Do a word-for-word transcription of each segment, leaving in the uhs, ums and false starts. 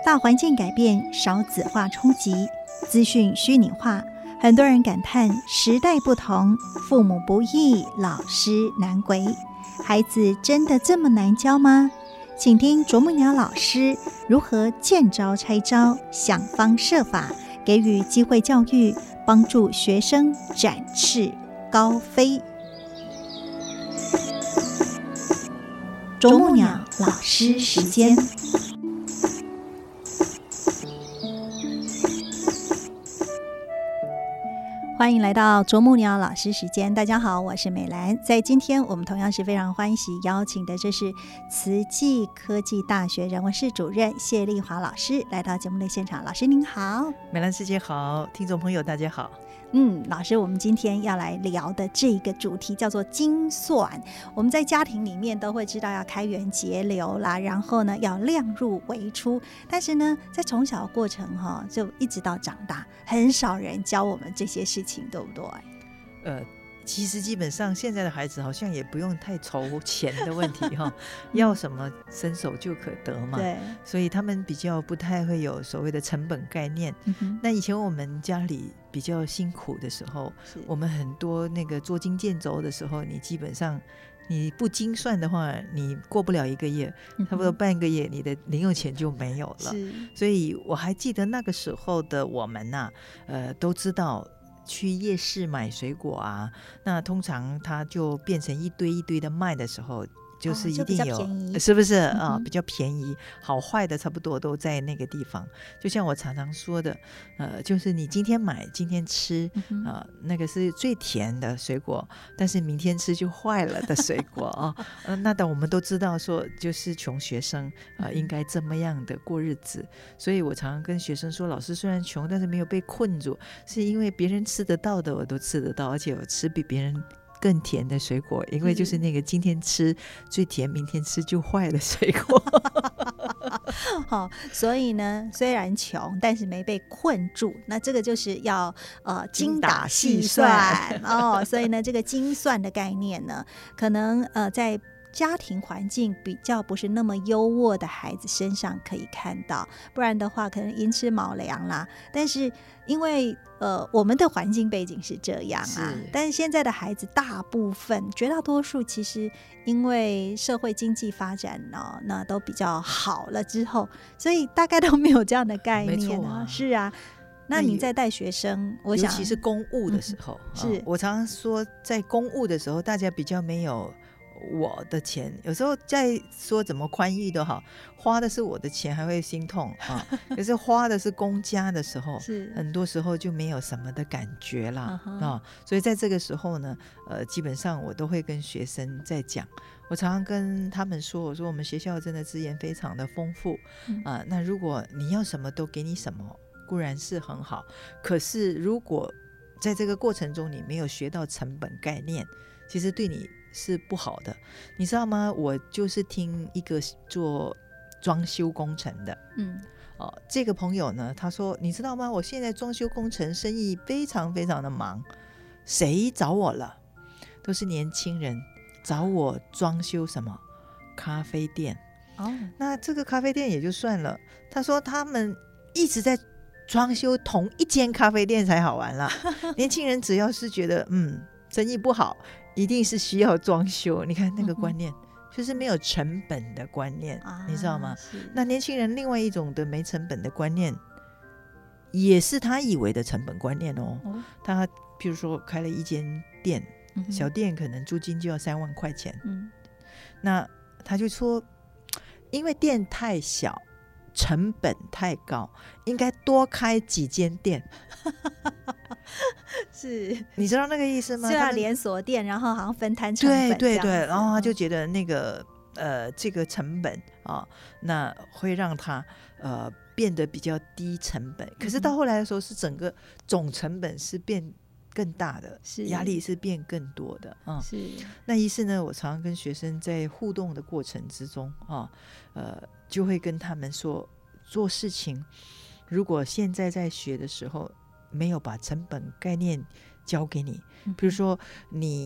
大环境改变，少子化冲击，资讯虚拟化，很多人感叹时代不同，父母不易，老师难为。孩子真的这么难教吗？请听啄木鸟老师如何见招拆招，想方设法给予机会教育，帮助学生展翅高飞。啄木鸟老师时间，欢迎来到啄木鸟老师时间。大家好，我是美兰。在今天我们同样是非常欢喜邀请的，这是慈济科技大学人文系主任谢丽华老师来到节目的现场。老师您好。 美兰师姐好，听众朋友大家好。 嗯，老师，我们今天要来聊的这个主题叫做精算。我们在家庭里面都会知道要开源节流啦，然后呢要量入为出，但是呢在从小过程哈，就一直到长大，很少人教我们这些事情，对不对？ 呃其实基本上现在的孩子好像也不用太愁钱的问题哈，要什么伸手就可得嘛， 对， 所以他们比较不太会有所谓的成本概念。嗯、那以前我们家里比较辛苦的时候，我们很多那个捉襟见肘的时候，你基本上你不精算的话，你过不了一个月，差不多半个月，你的零用钱就没有了。所以我还记得那个时候的我们啊，呃，都知道。去夜市买水果啊，那通常它就变成一堆一堆的卖的时候，就是一定有、哦、是不是啊、嗯？比较便宜，好坏的差不多都在那个地方。就像我常常说的，呃，就是你今天买今天吃啊、嗯呃，那个是最甜的水果，但是明天吃就坏了的水果啊、哦呃。那的我们都知道说，就是穷学生啊、呃，应该这么样的过日子。所以我常常跟学生说，老师虽然穷，但是没有被困住，是因为别人吃得到的我都吃得到，而且我吃比别人更甜的水果，因为就是那个今天吃最甜明天吃就坏的水果好，所以呢虽然穷但是没被困住，那这个就是要呃精打细算哦，所以呢这个精算的概念呢可能呃在家庭环境比较不是那么优渥的孩子身上可以看到，不然的话可能寅吃卯粮啦。但是因为呃我们的环境背景是这样啊，但是现在的孩子大部分绝大多数其实因为社会经济发展呢，那都比较好了之后，所以大概都没有这样的概念啊。是啊，那你在带学生，我想尤其是公务的时候、嗯、是、哦、我常常说在公务的时候大家比较没有我的钱，有时候在说怎么宽裕都好，花的是我的钱还会心痛啊。可是花的是公家的时候是很多时候就没有什么的感觉啦、uh-huh. 啊。所以在这个时候呢呃，基本上我都会跟学生在讲，我常常跟他们说，我说我们学校真的资源非常的丰富、嗯、啊，那如果你要什么都给你什么固然是很好，可是如果在这个过程中你没有学到成本概念，其实对你是不好的，你知道吗？我就是听一个做装修工程的，嗯，哦，这个朋友呢，他说，你知道吗？我现在装修工程生意非常非常的忙，谁找我了？都是年轻人找我装修什么咖啡店。哦，那这个咖啡店也就算了，他说他们一直在装修同一间咖啡店才好玩啦。年轻人只要是觉得嗯生意不好，一定是需要装修，你看那个观念、嗯、就是没有成本的观念、啊、你知道吗？那年轻人另外一种的没成本的观念也是他以为的成本观念 哦, 哦他譬如说开了一间店、嗯、小店可能租金就要三万块钱、嗯、那他就说因为店太小成本太高，应该多开几间店是， 你知道那个意思吗？ 是要连锁店，然后好像分摊成本， 对对对，然后他就觉得那个呃这个成本啊，那会让他呃变得比较低成本，可是到后来的时候是整个总成本是变更大的，压力是变更多的啊。是，那意思呢，我常常跟学生在互动的过程之中啊，呃，就会跟他们说，做事情如果现在在学的时候没有把成本概念教给你，比如说你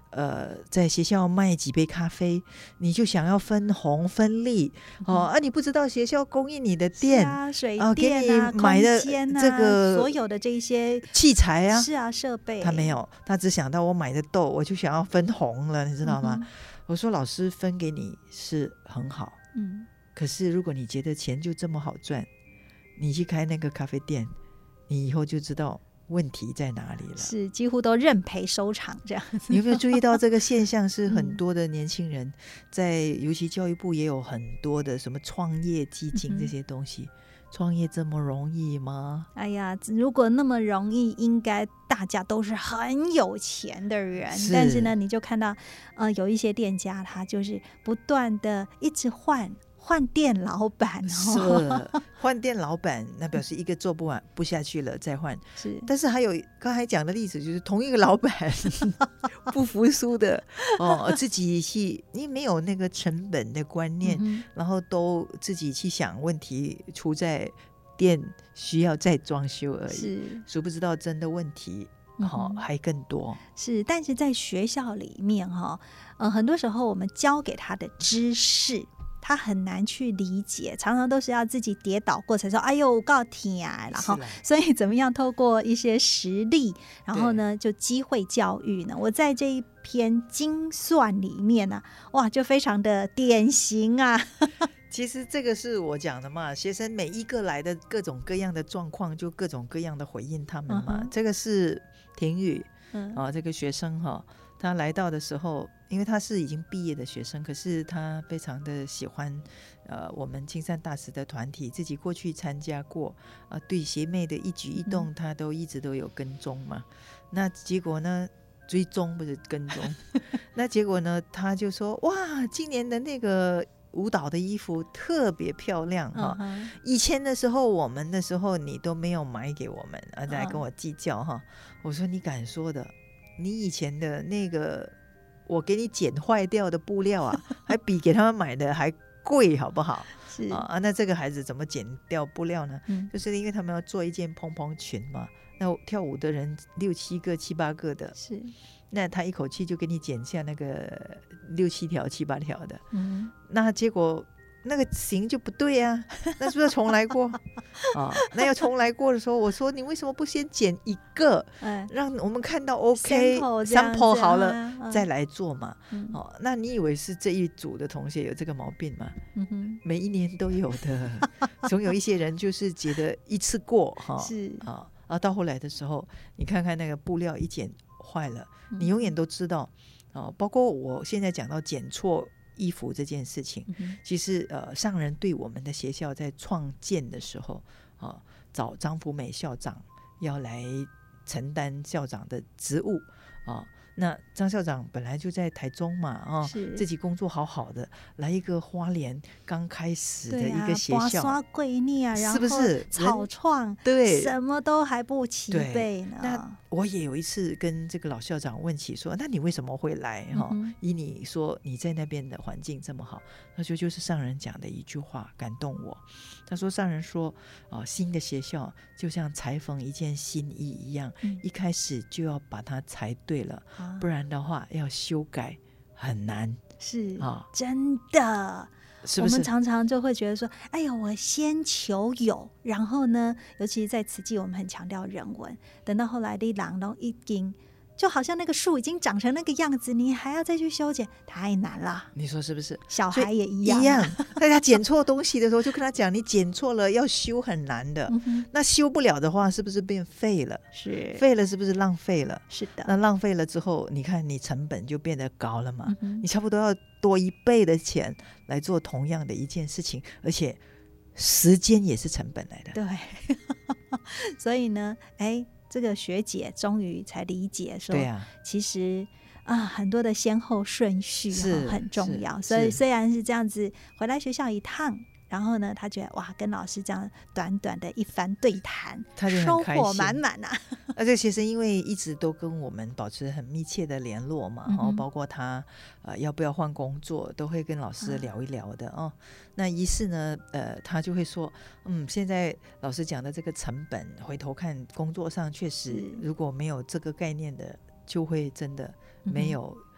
呃，在学校卖几杯咖啡，你就想要分红分利、嗯、哦啊，你不知道学校供应你的电啊、水电啊、 啊给你买的这个所有的这些器材啊， 是啊，设备， 他没有，他只想到我买的豆，我就想要分红了，你知道吗？嗯、我说老师分给你是很好，嗯，可是如果你觉得钱就这么好赚，你去开那个咖啡店，你以后就知道问题在哪里了， 是几乎都认赔收场这样子。 你有没有注意到这个现象？是很多的年轻人在，尤其教育部也有很多的什么创业基金这些东西。嗯，创业这么容易吗？ 哎呀，如果那么容易，应该大家都是很有钱的人。是，但是呢，你就看到，呃，有一些店家他就是不断的一直换。换店老板、 哦、是换店老板，那表示一个做不完不下去了再换。是，但是还有刚才讲的例子，就是同一个老板不服输的哦，自己去，你没有那个成本的观念、嗯，然后都自己去想问题出在店需要再装修而已，是，殊不知道真的问题。哦、还更多是，但是在学校里面哈、哦呃，很多时候我们教给他的知识。他很难去理解，常常都是要自己跌倒过才说哎呦告天啊，然后所以怎么样透过一些实例，然后呢就机会教育呢，我在这一篇精算里面呢、啊，哇就非常的典型啊。 其实这个是我讲的嘛，学生每一个来的各种各样的状况，就各种各样的回应他们嘛、嗯、这个是婷宇、嗯哦、这个学生哈、哦，他来到的时候，因为他是已经毕业的学生，可是他非常的喜欢呃我们青山大使的团体，自己过去参加过、呃、对学妹的一举一动他都一直都有跟踪嘛、嗯、那结果呢追踪不是跟踪那结果呢他就说哇今年的那个舞蹈的衣服特别漂亮哈、uh-huh. 以前的时候我们的时候你都没有买给我们啊，来跟我计较哈、uh-huh. 我说你敢说的，你以前的那个我给你剪坏掉的布料啊还比给他们买的还贵好不好？是 啊, 啊那这个孩子怎么剪掉布料呢、嗯、就是因为他们要做一件蓬蓬裙嘛，那跳舞的人六七个七八个的，是那他一口气就给你剪下那个六七条七八条的、嗯、那结果那个型就不对啊，那是不是重来过啊？那要重来过的时候，我说你为什么不先剪一个、哎、让我们看到 OK sample 好了、啊、再来做嘛、嗯哦、那你以为是这一组的同学有这个毛病吗？嗯哼，每一年都有的总有一些人就是觉得一次过、哦、是啊，然后到后来的时候你看看那个布料一剪坏了、嗯、你永远都知道、哦、包括我现在讲到剪错衣服这件事情、嗯、其实呃，上人对我们的学校在创建的时候、呃、找张福美校长要来承担校长的职务啊、呃，那张校长本来就在台中嘛啊、哦，自己工作好好的，来一个花莲刚开始的一个学校， 刷贵逆啊，然后是不是草创， 对， 什么都还不齐备呢。 那我也有一次跟这个老校长问起说，那你为什么会来、嗯、以你说你在那边的环境这么好，他说就是上人讲的一句话感动我，他说上人说、呃、新的学校就像裁缝一件新衣一样、嗯、一开始就要把它裁对了、啊、不然的话要修改很难， 是、哦、真的是不是？我们常常就会觉得说哎呀我先求有，然后呢尤其是在慈济我们很强调人文，等到后来你人都已经就好像那个树已经长成那个样子，你还要再去修剪，太难了。你说是不是？ 小孩也一样、啊、 一样大家剪错东西的时候就跟他讲你剪错了要修很难的、嗯、那修不了的话是不是变废了？是废了，是不是浪费了？ 是的。 那浪费了之后你看你成本就变得高了嘛、嗯、你差不多要多一倍的钱来做同样的一件事情，而且时间也是成本来的。 对所以呢哎这个学姐终于才理解说，对啊，其实啊很多的先后顺序很重要，所以虽然是这样子回来学校一趟，然后呢他觉得哇跟老师这样短短的一番对谈收获满满啊。 而且其实因为一直都跟我们保持很密切的联络嘛、嗯、包括他、呃、要不要换工作都会跟老师聊一聊的、嗯、哦。那于是呢呃，他就会说嗯，现在老师讲的这个成本回头看工作上确实如果没有这个概念的就会真的没有、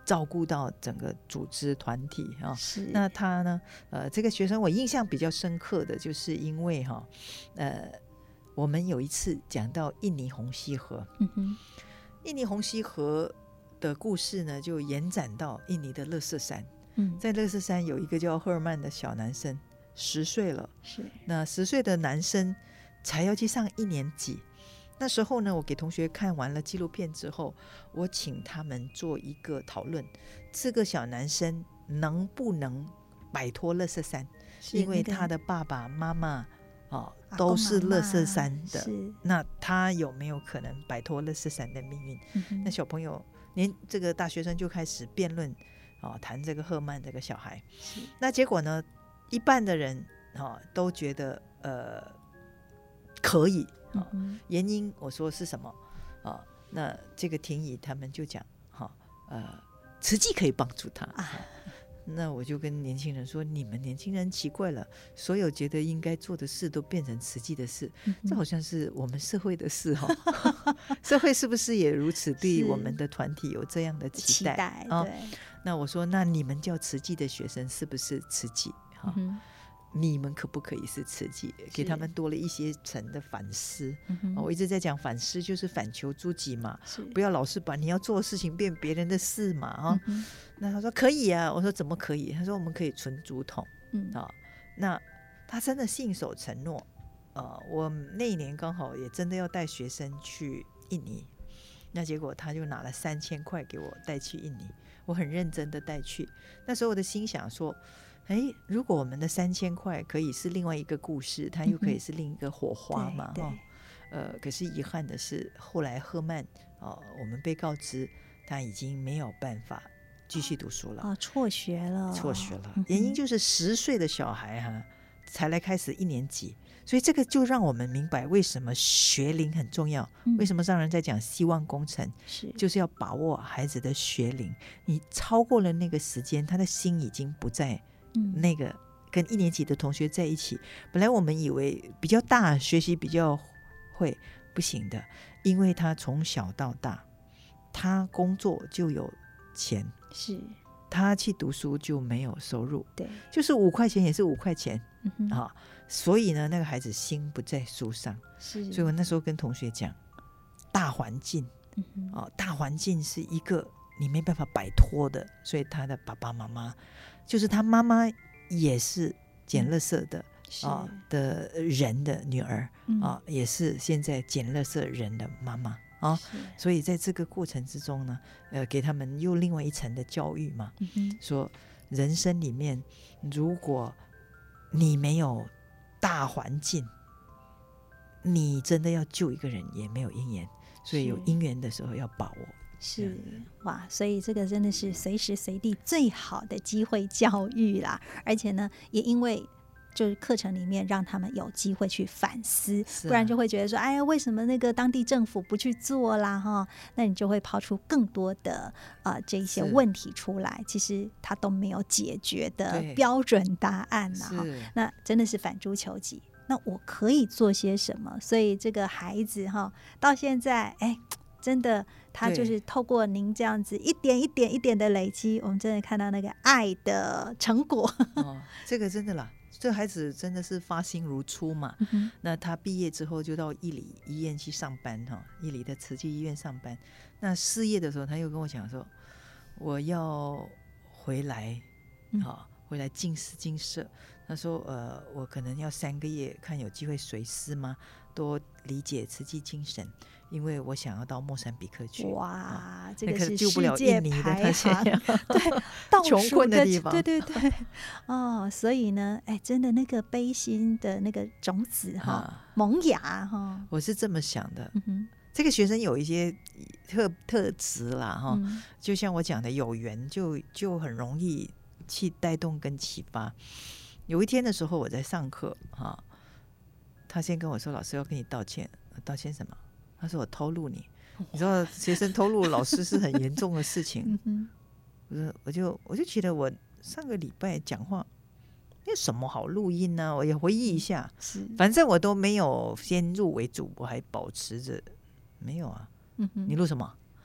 照顾到整个组织团体啊。 是， 那他呢，呃，这个学生我印象比较深刻的就是因为哈，呃，我们有一次讲到印尼红溪河， 嗯哼， 印尼红溪河的故事呢，就延展到印尼的乐色山。 嗯， 在乐色山有一个叫赫尔曼的小男生，十岁了， 是， 那十岁的男生才要去上一年级。那时候呢，我给同学看完了纪录片之后，我请他们做一个讨论，这个小男生能不能摆脱垃圾山，因为他的爸爸妈妈、哦、都是垃圾山的，那他有没有可能摆脱垃圾山的命运、嗯、那小朋友连这个大学生就开始辩论、哦、谈这个赫曼这个小孩，那结果呢，一半的人、哦、都觉得呃可以、哦嗯、原因我说是什么、哦、那这个廷乙他们就讲、哦、呃慈济可以帮助他、啊，那我就跟年轻人说，你们年轻人奇怪了，所有觉得应该做的事都变成慈济的事、嗯、这好像是我们社会的事、哦、社会是不是也如此对我们的团体有这样的期待, 期待、哦、对，那我说那你们叫慈济的学生是不是慈济、哦嗯，你们可不可以是慈济，给他们多了一些层的反思、嗯、我一直在讲反思就是反求诸己嘛，不要老是把你要做的事情变别人的事嘛、哦嗯、那他说可以啊，我说怎么可以，他说我们可以存竹筒、嗯哦、那他真的信守承诺、呃、我那一年刚好也真的要带学生去印尼，那结果他就拿了三千块给我带去印尼，我很认真的带去，那时候我的心想说哎，如果我们的三千块可以是另外一个故事，它又可以是另一个火花嘛、嗯哦、呃，可是遗憾的是后来赫曼、哦、我们被告知他已经没有办法继续读书了、哦、 辍学了辍学了、嗯、原因就是十岁的小孩、啊、才来开始一年级，所以这个就让我们明白为什么学龄很重要、嗯、为什么上人在讲希望工程，是就是要把握孩子的学龄，你超过了那个时间，他的心已经不在那个跟一年级的同学在一起，本来我们以为比较大学习比较会，不行的，因为他从小到大他工作就有钱，是他去读书就没有收入，对，就是五块钱也是五块钱、嗯啊、所以呢那个孩子心不在书上，是，所以我那时候跟同学讲大环境、嗯啊、大环境是一个你没办法摆脱的，所以他的爸爸妈妈就是他妈妈也是捡垃圾的、嗯啊、的人的女儿、嗯啊、也是现在捡垃圾人的妈妈、啊、所以在这个过程之中呢、呃、给他们又另外一层的教育嘛、嗯、说人生里面如果你没有大环境，你真的要救一个人也没有因缘，所以有因缘的时候要把握， 是哇，所以这个真的是随时随地最好的机会教育啦，而且呢也因为就是课程里面让他们有机会去反思、啊、不然就会觉得说哎呀为什么那个当地政府不去做啦哈，那你就会抛出更多的呃这些问题出来，其实他都没有解决的标准答案啦哈，那真的是反诸求己，那我可以做些什么，所以这个孩子哈到现在哎真的他就是透过您这样子一点一点一点的累积，我们真的看到那个爱的成果、 哦、这个真的啦，这孩子真的是发心如初嘛、嗯、那他毕业之后就到义理医院去上班、哦、义理的慈济医院上班，那失业的时候他又跟我讲说我要回来、嗯哦、回来进师进社，他说呃，我可能要三个月看有机会随师吗，多理解慈济精神，因为我想要到莫桑比克去。哇、啊、这个是世界排行对穷困的地方，对对对哦，所以呢哎，真的那个悲心的那个种子哈、啊、萌芽哈，我是这么想的、嗯、哼，这个学生有一些特特质啦哈、嗯，就像我讲的有缘就就很容易去带动跟启发。有一天的时候我在上课、啊、他先跟我说老师要跟你道歉，道歉什么？他说我偷录你，你知道学生偷录老师是很严重的事情、嗯、我, 我就我就觉得我上个礼拜讲话有什么好录音呢、啊？我也回忆一下，反正我都没有先入为主，我还保持着没有啊、嗯、你录什么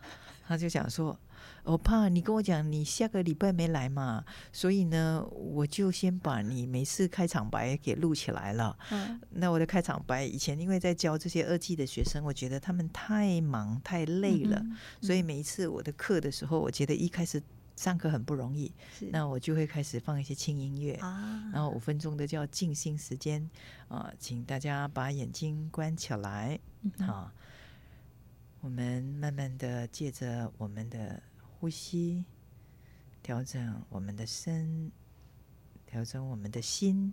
他就讲说，我怕你跟我讲你下个礼拜没来嘛，所以呢我就先把你每次开场白给录起来了。嗯，那我的开场白以前因为在教这些二技的学生，我觉得他们太忙太累了，嗯嗯，所以每一次我的课的时候，我觉得一开始上课很不容易，那我就会开始放一些轻音乐，啊，然后五分钟的叫静心时间，啊，请大家把眼睛关起来，嗯，啊，我们慢慢的借着我们的呼吸调整我们的身，调整我们的心，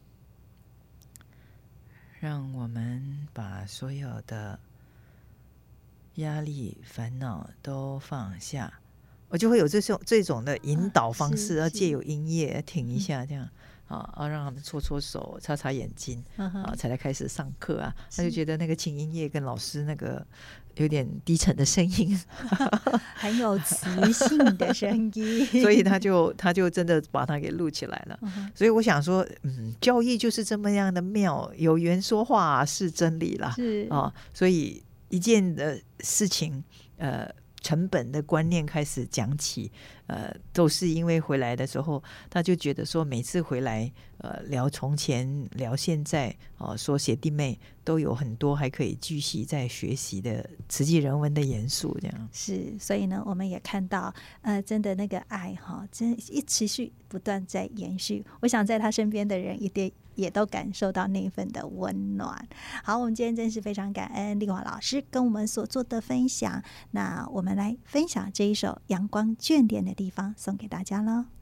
让我们把所有的压力烦恼都放下。我就会有这种这种的引导方式，要借由音乐挺一下这样，嗯，啊，让他们搓搓手擦擦眼睛，嗯，啊，才来开始上课啊。他就觉得那个轻音乐跟老师那个有点低沉的声音很有磁性的声音所以他就他就真的把它给录起来了，嗯，所以我想说，嗯，教育就是这么样的妙，有缘说话是真理啦，是，啊，所以一件的事情呃成本的观念开始讲起，呃，都是因为回来的时候，他就觉得说，每次回来，呃，聊从前，聊现在，哦，呃，说学弟妹都有很多还可以继续在学习的慈济人文的元素，这样是，所以呢，我们也看到，呃，真的那个爱哈，真一持续不断在延续。我想在他身边的人一定也都感受到那份的温暖。好，我们今天真是非常感恩丽华老师跟我们所做的分享。那我们来分享这一首《阳光眷恋的地方》送给大家了。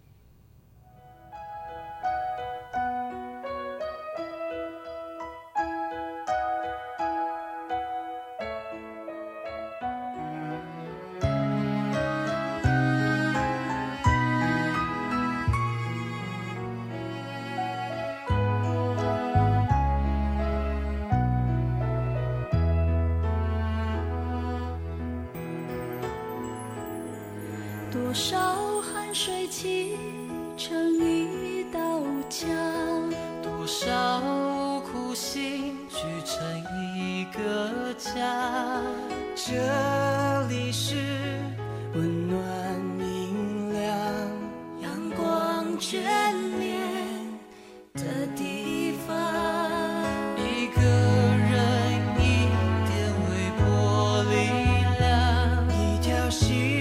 多少汗水砌成一道墙，多少苦心聚成一个家。这里是温暖明亮、阳光眷恋的地方。一个人，一点微薄力量，一条心。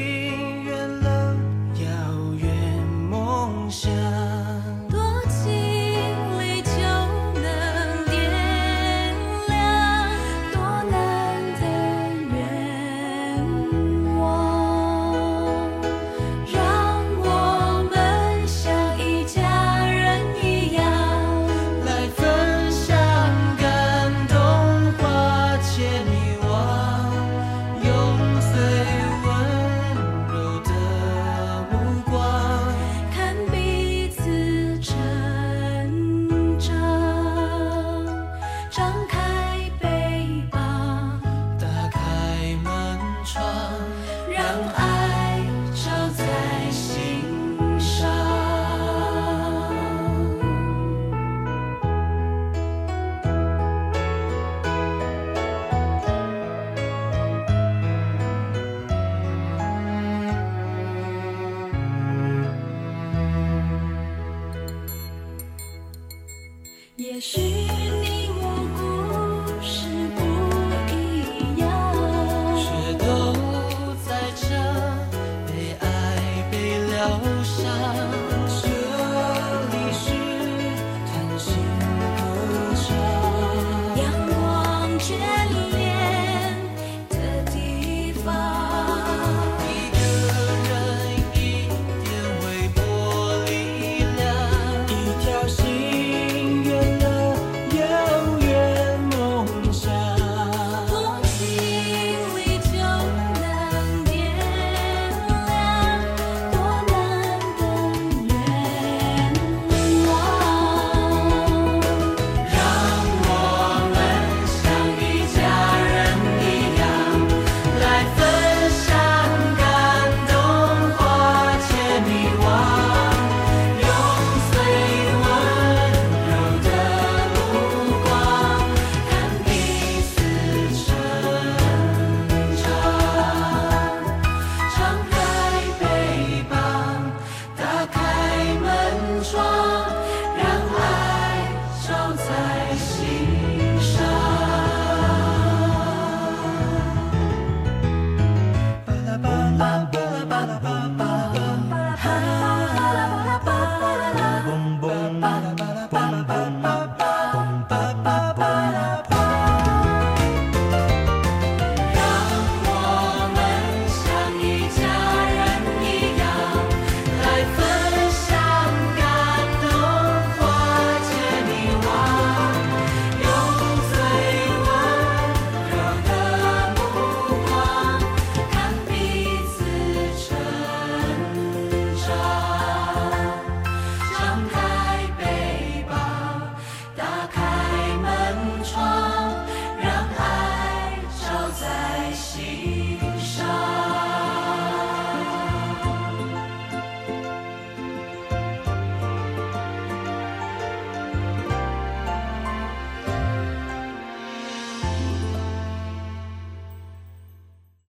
也许你我故事不一样，却都在这被爱被疗伤。